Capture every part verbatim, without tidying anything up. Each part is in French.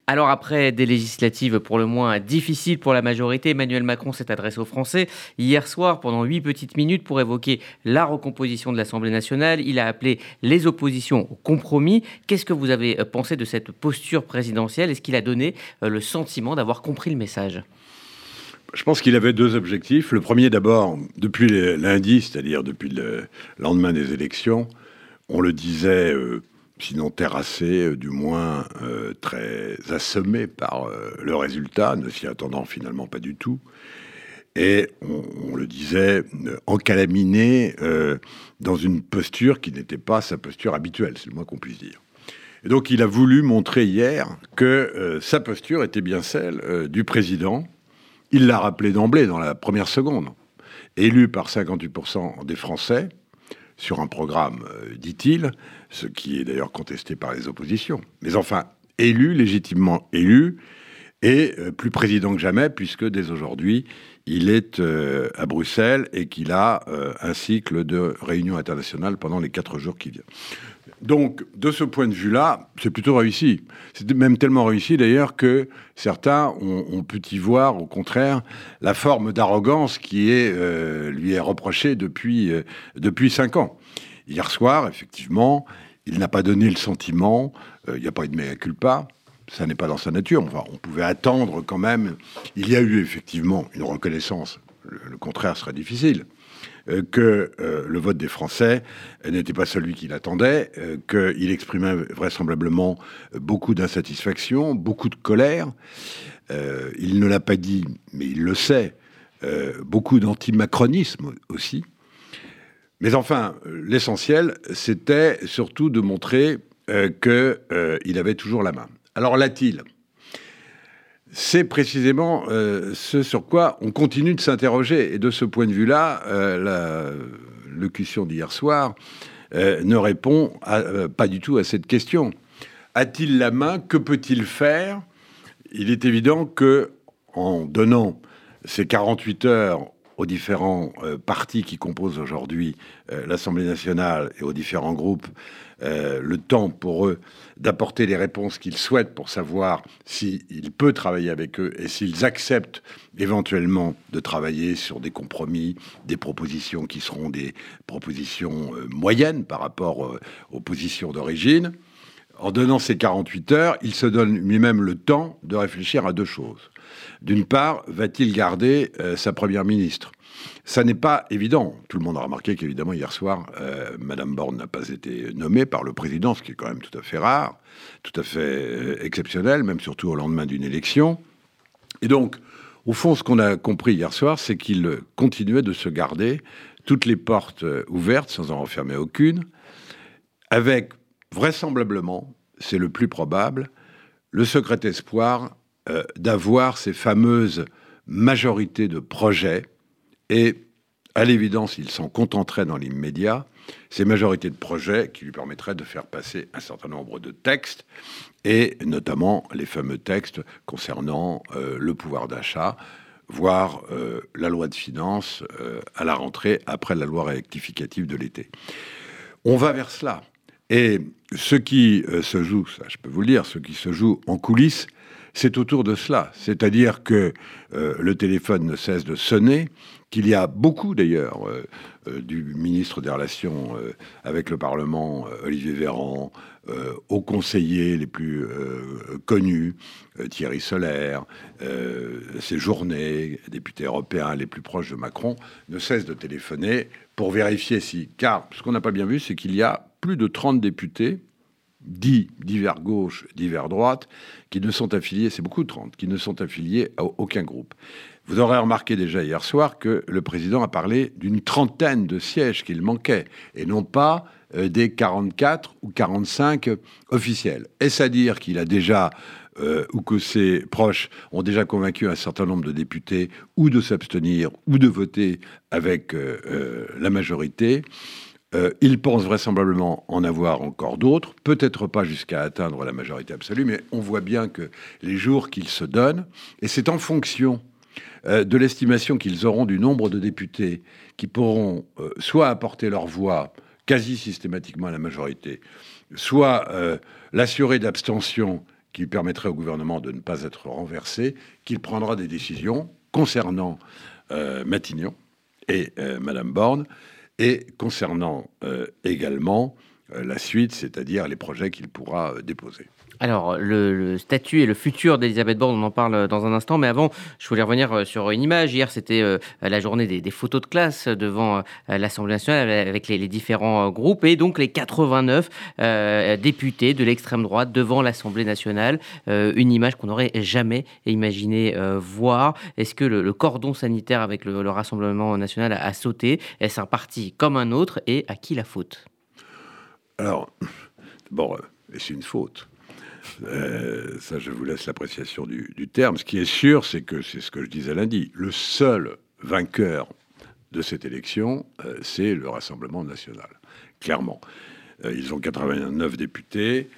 Alors après des législatives pour le moins difficiles pour la majorité, Emmanuel Macron s'est adressé aux Français hier soir pendant huit petites minutes pour évoquer la recomposition de l'Assemblée nationale. Il a appelé les oppositions au compromis. Qu'est-ce que vous avez pensé de cette posture présidentielle? Est-ce qu'il a donné euh, le sentiment d'avoir compris le message? Je pense qu'il avait deux objectifs. Le premier, d'abord, depuis le lundi, c'est-à-dire depuis le lendemain des élections, on le disait, euh, sinon terrassé, euh, du moins euh, très assommé par euh, le résultat, ne s'y attendant finalement pas du tout. Et on, on le disait, euh, encalaminé euh, dans une posture qui n'était pas sa posture habituelle, c'est le moins qu'on puisse dire. Et donc il a voulu montrer hier que euh, sa posture était bien celle euh, du président. Il l'a rappelé d'emblée dans la première seconde. Élu par cinquante-huit pour cent des Français, sur un programme, euh, dit-il, ce qui est d'ailleurs contesté par les oppositions. Mais enfin, élu, légitimement élu, et euh, plus président que jamais, puisque dès aujourd'hui, il est euh, à Bruxelles et qu'il a euh, un cycle de réunions internationales pendant les quatre jours qui viennent. Donc, de ce point de vue-là, c'est plutôt réussi. C'est même tellement réussi, d'ailleurs, que certains ont, ont pu y voir, au contraire, la forme d'arrogance qui est, euh, lui est reprochée depuis, euh, depuis cinq ans. Hier soir, effectivement, il n'a pas donné le sentiment, euh, il n'y a pas eu de mea culpa, ça n'est pas dans sa nature. Enfin, on pouvait attendre quand même. Il y a eu effectivement une reconnaissance. Le, le contraire serait difficile. Euh, que euh, le vote des Français euh, n'était pas celui qu'il attendait, euh, qu'il exprimait vraisemblablement euh, beaucoup d'insatisfaction, beaucoup de colère. Euh, il ne l'a pas dit, mais il le sait. Euh, beaucoup d'antimacronisme aussi. Mais enfin, l'essentiel, c'était surtout de montrer euh, qu'il euh, avait toujours la main. Alors l'a-t-il ? C'est précisément euh, ce sur quoi on continue de s'interroger. Et de ce point de vue-là, euh, la locution d'hier soir euh, ne répond à, euh, pas du tout à cette question. A-t-il la main? Que peut-il faire? Il est évident que, en donnant ces quarante-huit heures aux différents euh, partis qui composent aujourd'hui euh, l'Assemblée nationale et aux différents groupes, euh, le temps pour eux d'apporter les réponses qu'ils souhaitent pour savoir s'il peut travailler avec eux et s'ils acceptent éventuellement de travailler sur des compromis, des propositions qui seront des propositions euh, moyennes par rapport euh, aux positions d'origine. En donnant ces quarante-huit heures, il se donne lui-même le temps de réfléchir à deux choses. D'une part, va-t-il garder euh, sa première ministre? Ça n'est pas évident. Tout le monde a remarqué qu'évidemment, hier soir, euh, Madame Borne n'a pas été nommée par le président, ce qui est quand même tout à fait rare, tout à fait euh, exceptionnel, même surtout au lendemain d'une élection. Et donc, au fond, ce qu'on a compris hier soir, c'est qu'il continuait de se garder toutes les portes euh, ouvertes, sans en refermer aucune, avec vraisemblablement, c'est le plus probable, le secret espoir euh, d'avoir ces fameuses majorités de projets. Et à l'évidence, il s'en contenterait dans l'immédiat, ces majorités de projets qui lui permettraient de faire passer un certain nombre de textes, et notamment les fameux textes concernant euh, le pouvoir d'achat, voire euh, la loi de finances euh, à la rentrée après la loi rectificative de l'été. On va vers cela. Et ce qui euh, se joue, ça je peux vous le dire, ce qui se joue en coulisses, c'est autour de cela. C'est-à-dire que euh, le téléphone ne cesse de sonner, qu'il y a beaucoup d'ailleurs euh, euh, du ministre des Relations euh, avec le Parlement, euh, Olivier Véran, euh, aux conseillers les plus euh, connus, euh, Thierry Solaire, euh, Séjourné, députés européens les plus proches de Macron, ne cessent de téléphoner pour vérifier si... Car ce qu'on n'a pas bien vu, c'est qu'il y a plus de trente députés, dits divers gauche, divers droite, qui ne sont affiliés, c'est beaucoup de trente, qui ne sont affiliés à aucun groupe. Vous aurez remarqué déjà hier soir que le président a parlé d'une trentaine de sièges qu'il manquait, et non pas euh, des quarante-quatre ou quarante-cinq officiels. Est-ce à dire qu'il a déjà, euh, ou que ses proches ont déjà convaincu un certain nombre de députés ou de s'abstenir ou de voter avec euh, euh, la majorité ? Euh, il pense vraisemblablement en avoir encore d'autres, peut-être pas jusqu'à atteindre la majorité absolue, mais on voit bien que les jours qu'ils se donnent, et c'est en fonction euh, de l'estimation qu'ils auront du nombre de députés qui pourront euh, soit apporter leur voix quasi systématiquement à la majorité, soit euh, l'assurer d'abstention qui permettrait au gouvernement de ne pas être renversé, qu'il prendra des décisions concernant euh, Matignon et euh, Madame Borne, et concernant euh, également euh, la suite, c'est-à-dire les projets qu'il pourra euh, déposer. Alors, le, le statut et le futur d'Elisabeth Borne, on en parle dans un instant, mais avant, je voulais revenir sur une image. Hier, c'était euh, la journée des, des photos de classe devant euh, l'Assemblée nationale avec les, les différents euh, groupes et donc les quatre-vingt-neuf euh, députés de l'extrême droite devant l'Assemblée nationale. Euh, une image qu'on n'aurait jamais imaginé euh, voir. Est-ce que le, le cordon sanitaire avec le, le Rassemblement national a, a sauté? Est-ce un parti comme un autre? Et à qui la faute? Alors, bon, euh, c'est une faute. Euh, ça, je vous laisse l'appréciation du, du terme. Ce qui est sûr, c'est que, c'est ce que je disais lundi, le seul vainqueur de cette élection, euh, c'est le Rassemblement national, clairement. Euh, ils ont quatre-vingt-neuf députés.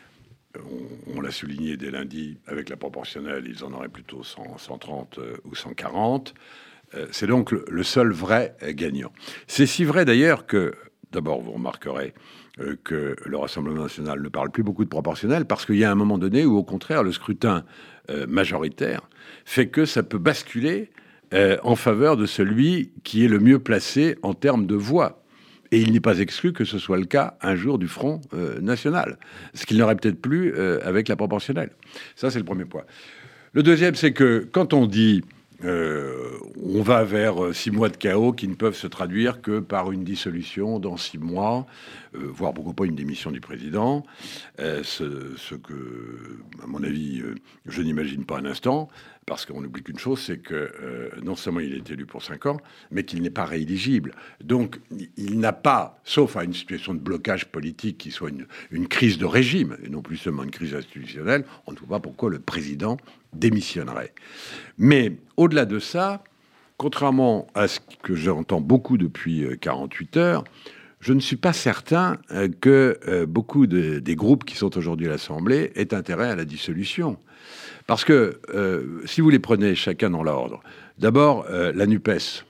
On, on l'a souligné dès lundi, avec la proportionnelle, ils en auraient plutôt cent, cent trente euh, ou cent quarante. Euh, c'est donc le, le seul vrai euh, gagnant. C'est si vrai d'ailleurs que, d'abord, vous remarquerez euh, que le Rassemblement national ne parle plus beaucoup de proportionnel, parce qu'il y a un moment donné où, au contraire, le scrutin euh, majoritaire fait que ça peut basculer euh, en faveur de celui qui est le mieux placé en termes de voix. Et il n'est pas exclu que ce soit le cas un jour du Front euh, national, ce qu'il n'aurait peut-être plus euh, avec la proportionnelle. Ça, c'est le premier point. Le deuxième, c'est que quand on dit euh, on va vers six mois de chaos qui ne peuvent se traduire que par une dissolution dans six mois, euh, voire pourquoi pas une démission du président, euh, ce, ce que, à mon avis, euh, je n'imagine pas un instant, parce qu'on oublie qu'une chose, c'est que euh, non seulement il est élu pour cinq ans, mais qu'il n'est pas rééligible. Donc, il n'a pas, sauf à une situation de blocage politique qui soit une, une crise de régime, et non plus seulement une crise institutionnelle, on ne voit pas pourquoi le président démissionnerait. Mais au-delà de ça, contrairement à ce que j'entends beaucoup depuis quarante-huit heures, je ne suis pas certain que euh, beaucoup de, des groupes qui sont aujourd'hui à l'Assemblée aient intérêt à la dissolution. Parce que, euh, si vous les prenez chacun dans l'ordre, d'abord, euh, la NUPES.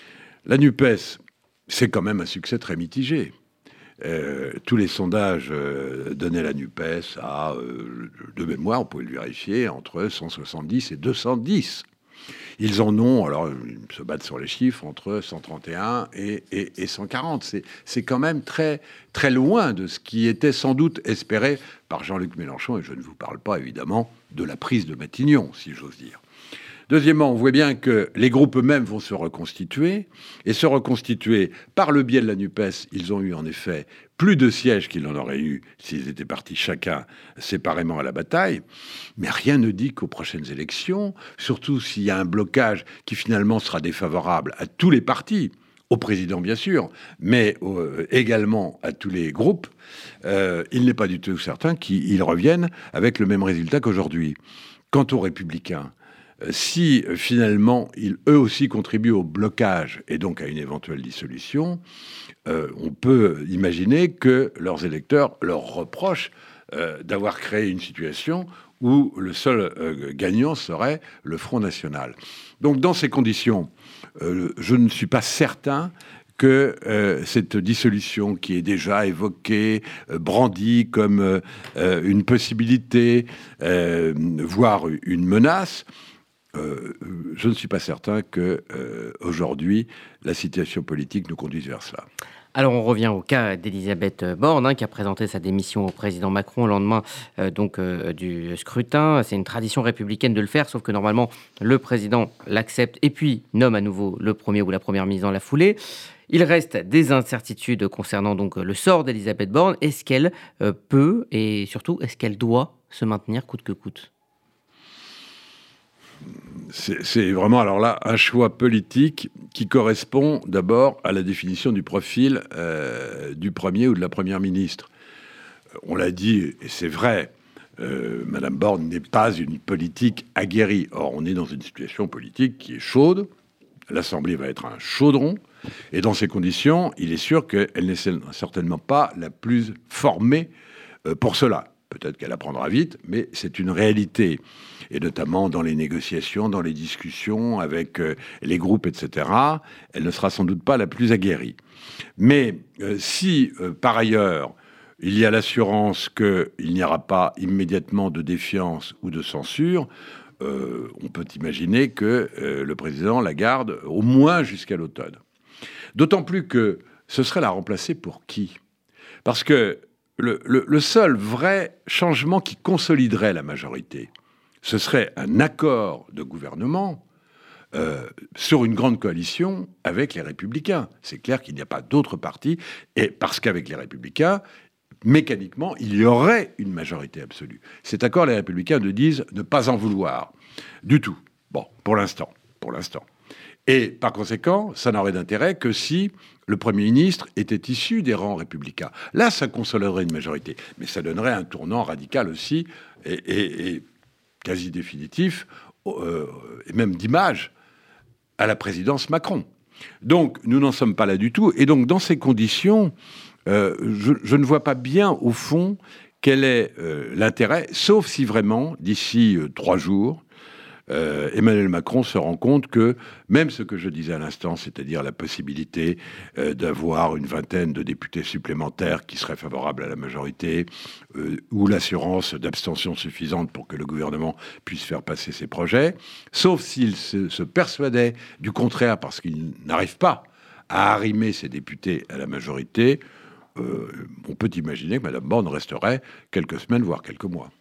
La NUPES, c'est quand même un succès très mitigé. Euh, tous les sondages euh, donnaient la NUPES à, euh, de mémoire, on pouvait le vérifier, entre cent soixante-dix et deux cent dix. Ils en ont, alors ils se battent sur les chiffres, entre cent trente et un et, et, et cent quarante. C'est, c'est quand même très, très loin de ce qui était sans doute espéré par Jean-Luc Mélenchon, et je ne vous parle pas évidemment de la prise de Matignon, si j'ose dire. Deuxièmement, on voit bien que les groupes eux-mêmes vont se reconstituer, et se reconstituer par le biais de la NUPES. Ils ont eu en effet plus de sièges qu'ils n'en auraient eu s'ils étaient partis chacun séparément à la bataille. Mais rien ne dit qu'aux prochaines élections, surtout s'il y a un blocage qui finalement sera défavorable à tous les partis, au président bien sûr, mais euh, également à tous les groupes, euh, il n'est pas du tout certain qu'ils reviennent avec le même résultat qu'aujourd'hui. Quant aux Républicains, si finalement ils, eux aussi, contribuent au blocage et donc à une éventuelle dissolution, euh, on peut imaginer que leurs électeurs leur reprochent euh, d'avoir créé une situation où le seul euh, gagnant serait le Front national. Donc dans ces conditions, euh, je ne suis pas certain que euh, cette dissolution qui est déjà évoquée, euh, brandie comme euh, euh, une possibilité, euh, voire une menace, Euh, je ne suis pas certain que euh, aujourd'hui la situation politique nous conduise vers cela. Alors on revient au cas d'Elisabeth Borne, hein, qui a présenté sa démission au président Macron au lendemain euh, donc, euh, du scrutin. C'est une tradition républicaine de le faire, sauf que normalement le président l'accepte et puis nomme à nouveau le premier ou la première ministre dans la foulée. Il reste des incertitudes concernant donc le sort d'Elisabeth Borne. Est-ce qu'elle euh, peut et surtout est-ce qu'elle doit se maintenir coûte que coûte ? C'est, c'est vraiment, alors là, un choix politique qui correspond d'abord à la définition du profil euh, du premier ou de la première ministre. On l'a dit, et c'est vrai, euh, Madame Borne n'est pas une politique aguerrie. Or, on est dans une situation politique qui est chaude. L'Assemblée va être un chaudron. Et dans ces conditions, il est sûr qu'elle n'est certainement pas la plus formée euh, pour cela. Peut-être qu'elle apprendra vite, mais c'est une réalité. Et notamment dans les négociations, dans les discussions avec euh, les groupes, et cetera, elle ne sera sans doute pas la plus aguerrie. Mais euh, si, euh, par ailleurs, il y a l'assurance qu'il n'y aura pas immédiatement de défiance ou de censure. Euh, on peut imaginer que euh, le président la garde au moins jusqu'à l'automne. D'autant plus que ce serait la remplacer pour qui ? Parce que le, le, le seul vrai changement qui consoliderait la majorité, ce serait un accord de gouvernement euh, sur une grande coalition avec les Républicains. C'est clair qu'il n'y a pas d'autre parti, et parce qu'avec les Républicains, mécaniquement, il y aurait une majorité absolue. Cet accord, les Républicains ne disent ne pas en vouloir du tout. Bon, pour l'instant, pour l'instant. Et par conséquent, ça n'aurait d'intérêt que si le Premier ministre était issu des rangs républicains. Là, ça consoliderait une majorité, mais ça donnerait un tournant radical aussi, et, et, et quasi définitif, euh, et même d'image, à la présidence Macron. Donc, nous n'en sommes pas là du tout. Et donc, dans ces conditions, euh, je, je ne vois pas bien, au fond, quel est euh, l'intérêt, sauf si vraiment, d'ici euh, trois jours, Euh, Emmanuel Macron se rend compte que même ce que je disais à l'instant, c'est-à-dire la possibilité euh, d'avoir une vingtaine de députés supplémentaires qui seraient favorables à la majorité, euh, ou l'assurance d'abstention suffisante pour que le gouvernement puisse faire passer ses projets, sauf s'il se, se persuadait du contraire parce qu'il n'arrive pas à arrimer ses députés à la majorité, euh, on peut imaginer que Mme Borne resterait quelques semaines, voire quelques mois.